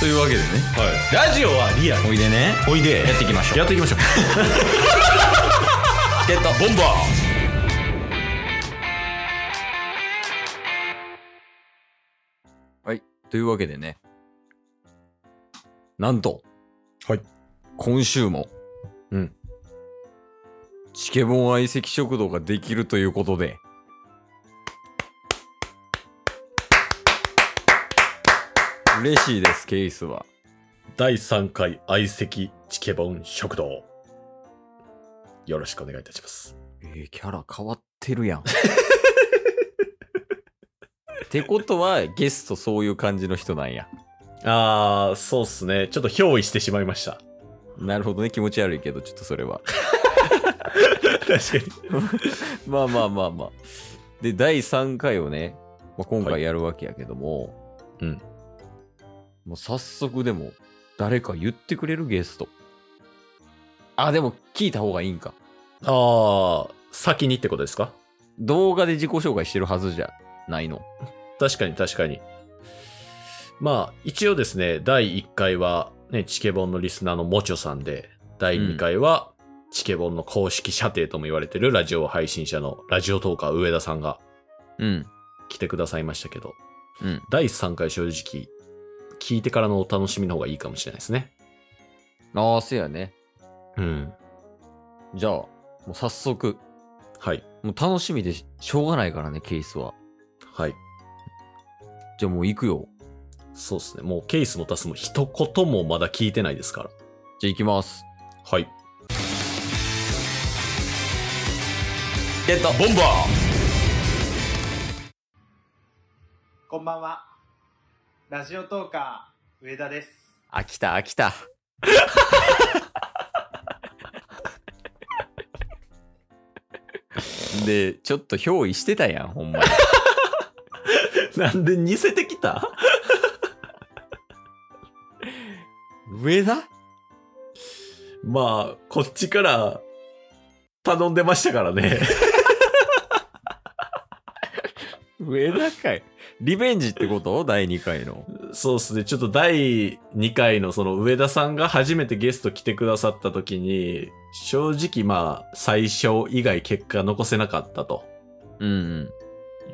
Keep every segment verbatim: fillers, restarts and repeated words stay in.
というわけでね、 はい、ラジオはリアル。 おいでね、 おいでやっていきましょう。 やっていきましょうチケットボンバー。はい、というわけでね、なんと、 はい、 今週も、 うん、 チケボン相席食堂ができるということで、嬉しいです。ケースはだいさんかい相席チケボン食堂、よろしくお願いいたします。 えー、キャラ変わってるやんってことはゲストそういう感じの人なんや。 あー、そうっすね。ちょっと憑依してしまいました。 なるほどね。気持ち悪いけどちょっとそれは確かにまあまあまあまあ。でだいさんかいをね、まあ、今回やるわけやけども、 はい、うんもう早速でも誰か言ってくれるゲスト。あ、でも聞いた方がいいんか。 あー、先にってことですか？ 動画で自己紹介してるはずじゃないの？ 確かに確かに。まあ一応ですね、だいいっかいはね、チケボンのリスナーのもちょさんで、だいにかいはチケボンの公式射程とも言われてるラジオ配信者のラジオトーカー上田さんがうん来てくださいましたけど、 うん。 だいさんかい正直聞いてからのお楽しみの方がいいかもしれないですね。 ああ、せやね。 うん。 じゃあもう早速、 はい。 もう楽しみでしょうがないからね、ケースは。 はい。 じゃあもう行くよ。 そうですね。もうケースもタスも一言もまだ聞いてないですから。 じゃあ行きます。 はい。 ゲットボンバー。 こんばんは。ラジオトーカー上田です。 あ、来た、あ、来た。で、ちょっと憑依してたやん、ほんまに。 なんで似せてきた？ 上田？ まあ、こっちから頼んでましたからね。 上田かい。リベンジってこと？だいにかいの。 そうっすね。ちょっとだいにかいのその上田さんが初めてゲスト来てくださった時に、正直まあ、最初以外結果残せなかったと。 うんうん。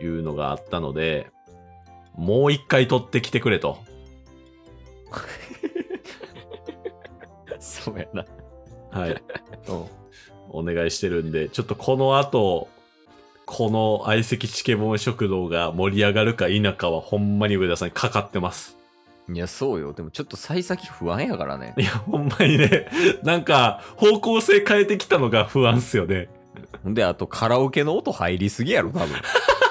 いうのがあったので、もう一回取ってきてくれと。 そうやな。 はい。お願いしてるんで、ちょっとこの後、この相席チケボン食堂が盛り上がるか否かはほんまに上田さんにかかってます。 いや、そうよ。でもちょっと幸先不安やからね。 いや、ほんまにね、なんか方向性変えてきたのが不安っすよね。 ほんで、あとカラオケの音入りすぎやろ、多分。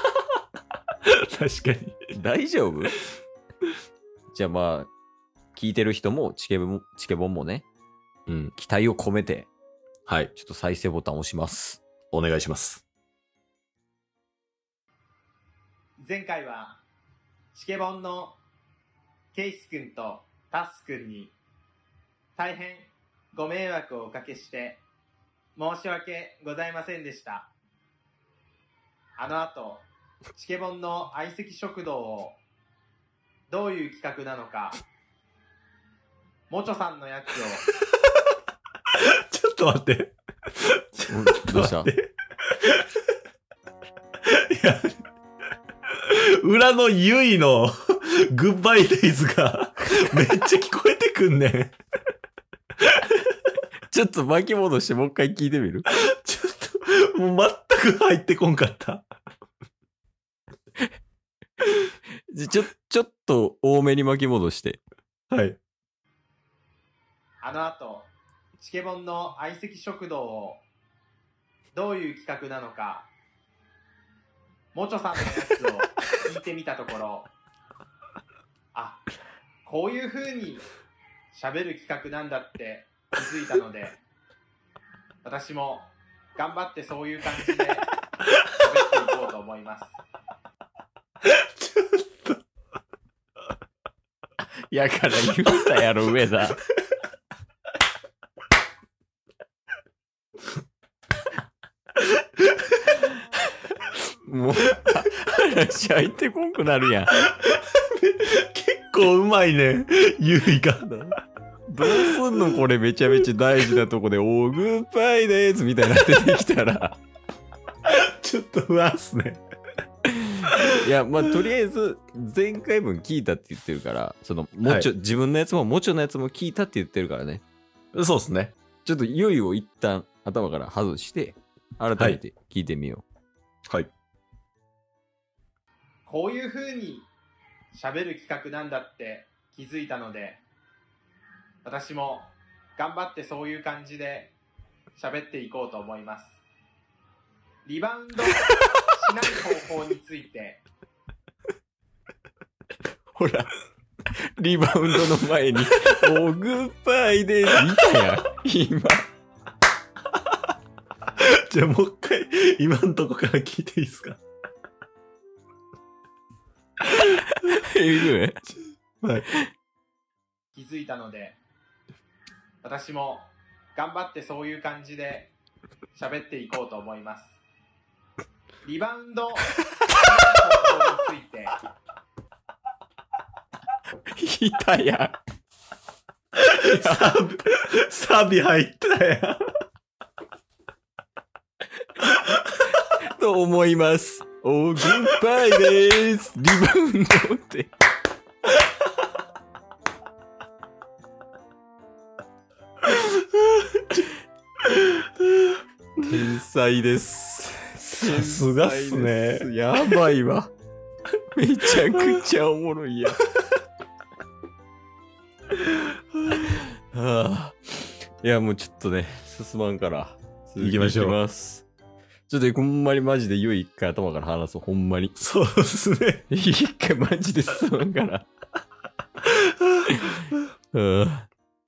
確かに。 大丈夫？じゃあまあ、聞いてる人もチケボン、チケボンもね、 うん。 期待を込めて、 はい。 ちょっと再生ボタン押します。 お願いします。 前回はチケボンのケイスくんとタスくんに大変ご迷惑をおかけして申し訳ございませんでした。あの後、チケボンの相席食堂をどういう企画なのか、もちょさんのやつをちょっと待って。 どうした？ いや、裏のゆいのグッバイデイズがめっちゃ聞こえてくんねん。 ちょっと巻き戻してもう一回聞いてみる？ ちょっと、もう全く入ってこんかった。 ちょ、ちょっと多めに巻き戻して。 はい。 あの後、チケボンの相席食堂をどういう企画なのか、もちょさんのやつを聞いてみたところ、あ、こういう風に喋る企画なんだって気づいたので、私も頑張ってそういう感じで喋っていこうと思います。 ちょっと。 やから言うたやろ、上田。もう話入ってこんくなるやん。 結構うまいね。ゆいが。 どうすんのこれめちゃめちゃ大事なとこで、おーグッバイでーすみたいな出てきたら。 ちょっと不安っすね。 いや、まあ、とりあえず、前回分聞いたって言ってるから、その、もちょ、 は自分のやつも、もちょのやつも聞いたって言ってるからね。 そうっすね。 ちょっと、いよいよ一旦頭から外して、改めて聞いてみよはい。 こういう風に喋る企画なんだって気づいたので、私も頑張ってそういう感じで喋っていこうと思います。リバウンドしない方法について。 う。ほら、リバウンドの前に、おーグッバイでーす。見たやん、今。 じゃあもう一回、今んとこから聞いていいですか？ えぐい。 はい。 気づいたので、私も頑張ってそういう感じで喋っていこうと思います。リバウンドしない方法について。 いたやん。 サビ、サビ入ったやん。 と思います。おーグッバイでーす。リバウンドって。天才です。 さすがっすね。 やばいわ。めちゃくちゃおもろいやん。はあ、いやもうちょっとね進まんから行きましょう続きいきます。ちょっとほんまにマジでゆい一回頭から話そう。ほんまにそうですね。 一回マジで進まんからうん。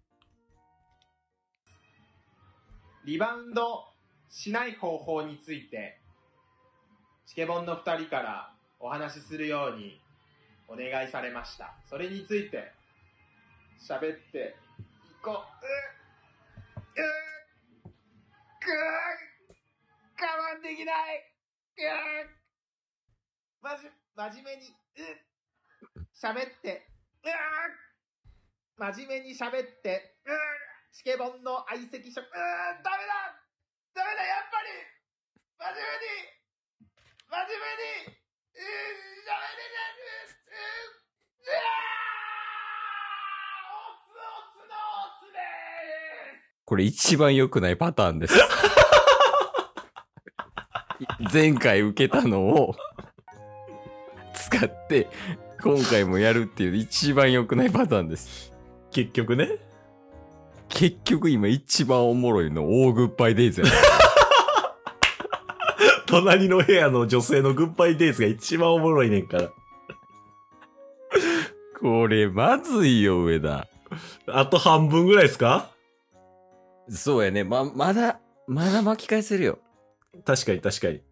リバウンドしない方法について、チケボンのふたりからお話しするようにお願いされました。それについて喋っていこう。うっうっくー我慢できない。うっまじ真面目にうっ喋ってうっ真面目に喋ってうっチケボンの相席食、うーん、ダメだダメだやっぱり真面目に真面目にうーん、喋れない、うーん、うーおつおつのおつでーす。 これ一番良くないパターンです。前回受けたのを使って今回もやるっていう一番良くないパターンです。 結局ね。 結局今一番おもろいのオーグッバイデイズやな。 隣の部屋の女性のグッバイデイズが一番おもろいねんから。 これまずいよ上田。 あと半分ぐらいですか？ そうやね。ま、まだ、まだ巻き返せるよ。 確かに確かに。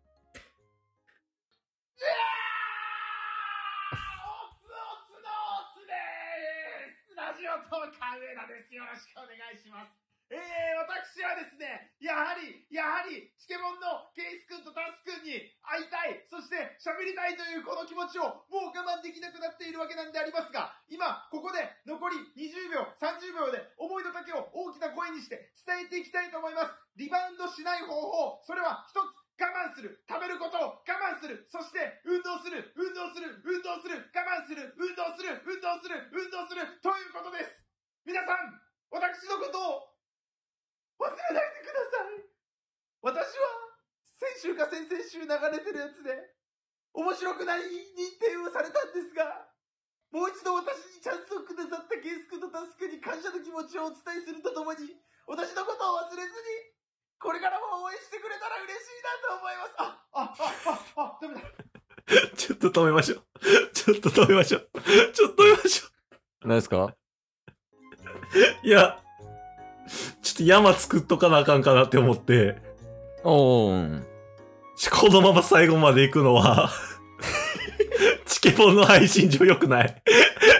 ラジオトーカー上田です。よろしくお願いします。えー、私はですね、やはり、やはり、チケボンのケイス君とタス君に会いたい、そして喋りたいというこの気持ちをもう我慢できなくなっているわけなんでありますが、今、ここで残りにじゅうびょう、さんじゅうびょうで思いの丈を大きな声にして伝えていきたいと思います。リバウンドしない方法、それは一つ。我慢する、食べることを我慢する、そして運動する、運動する、運動する、我慢する、運動する、運動する、運動する、ということです。皆さん、私のことを忘れないでください。私は先週か先々週流れてるやつで面白くない認定をされたんですが、もう一度私にチャンスをくださったケイス君とタス君に感謝の気持ちをお伝えするとともに、私のことを忘れずにこれからも応援してくれたら嬉しいなと思います。あ、あ、あ、あ、ダメだ。 ちょっと止めましょう。ちょっと止めましょう。ちょっと止めましょ何ですか？ う。いや、ちょっと山作っとかなあかんかなって思って、 おー。 このまま最後まで行くのは、チケボンの配信上良くない。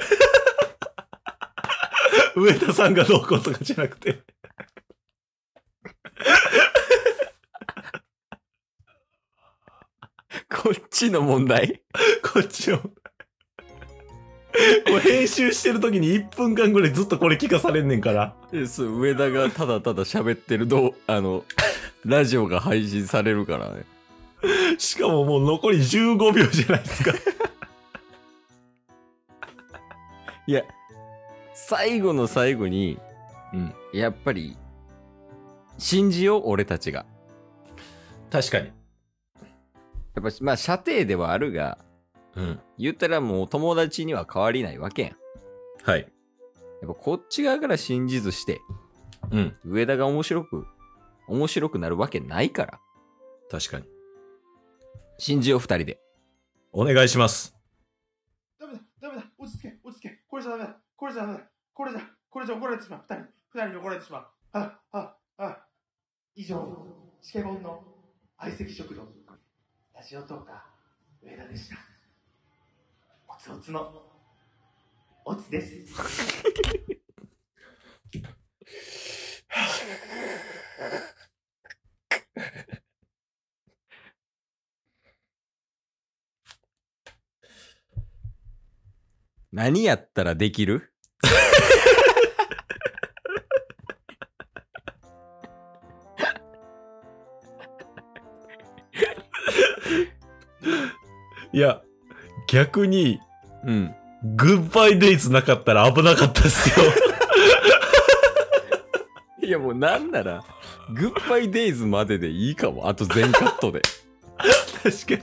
上田さんがどうこうとかじゃなくて。 こっちの問題。 こっちを。 もう編集してる時にいっぷんかんぐらいずっとこれ聞かされんねんから。 でそう上田がただただ喋ってるどうあのラジオが配信されるからね。 しかももう残りじゅうごびょうじゃないですか。 いや最後の最後に、 うん、 やっぱり信じよう俺たちが。 確かに。 やっぱまあ射程ではあるが、 うん、 言ったらもう友達には変わりないわけやん。 はい。 やっぱこっち側から信じずして、 うん、 上田が面白く面白くなるわけないから。 確かに。 信じよう二人で。 お願いします。 ダメだダメだ落ち着け落ち着けこれじゃダメだこれじゃダメだこれじゃこれじゃ怒られてしまう二人二人に怒られてしまう。あああ以上チケボンの相席食堂ラジオトーカー上田でした。おつおつのおつです。 何やったらできる？ いや逆にうんグッバイデイズなかったら危なかったっすよ。 いやもうなんならグッバイデイズまででいいかも。あと全カットで。 確か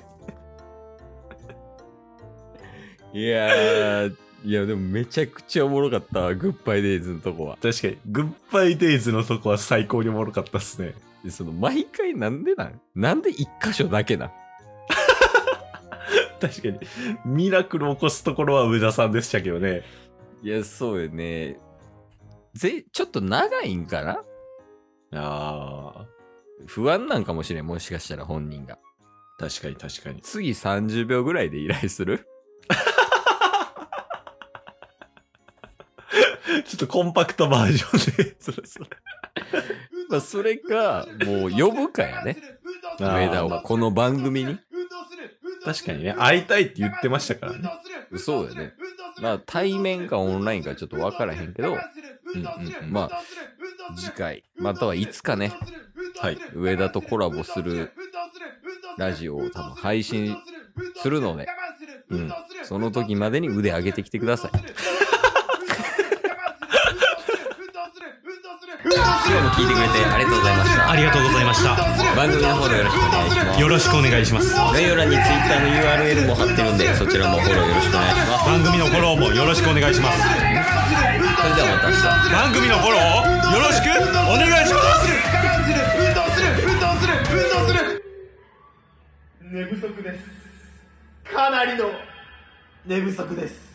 に。いやーいやでもめちゃくちゃおもろかったわグッバイデイズのとこは。 に。確かに。グッバイデイズのとこは最高におもろかったっすね。 でその毎回なんでなんなんで一箇所だけなん確かに。ミラクル起こすところは上田さんでしたけどね。 いやそうよね。ぜちょっと長いんかな。 ああ。 不安なんかもしれん。もしかしたら本人が。 確かに確かに。 次さんじゅうびょうぐらいで依頼する？ ちょっとコンパクトバージョンで。それそれ。 まあそれかもう呼ぶかやね。上田をこの番組に。 確かにね、会いたいって言ってましたからね。 そうやね。まあ対面かオンラインかちょっと分からへんけど、うんうん、まあ次回またはいつかね、 はい、 上田とコラボするラジオを多分配信するので、うん、その時までに腕上げてきてください。今日も聞いてくれてありがとうございました。 ありがとうございました。 番組のフォローよろしくお願いします。 よろしくお願いします。 概要欄に Twitter の ユーアールエル も貼ってるんで、そちらもフォローよろしくお願いします。 番組のフォローもよろしくお願いします。 それではまた明日。 番組のフォローをよろしくお願いします。 運動する運動する運動する寝不足です。かなりの寝不足です。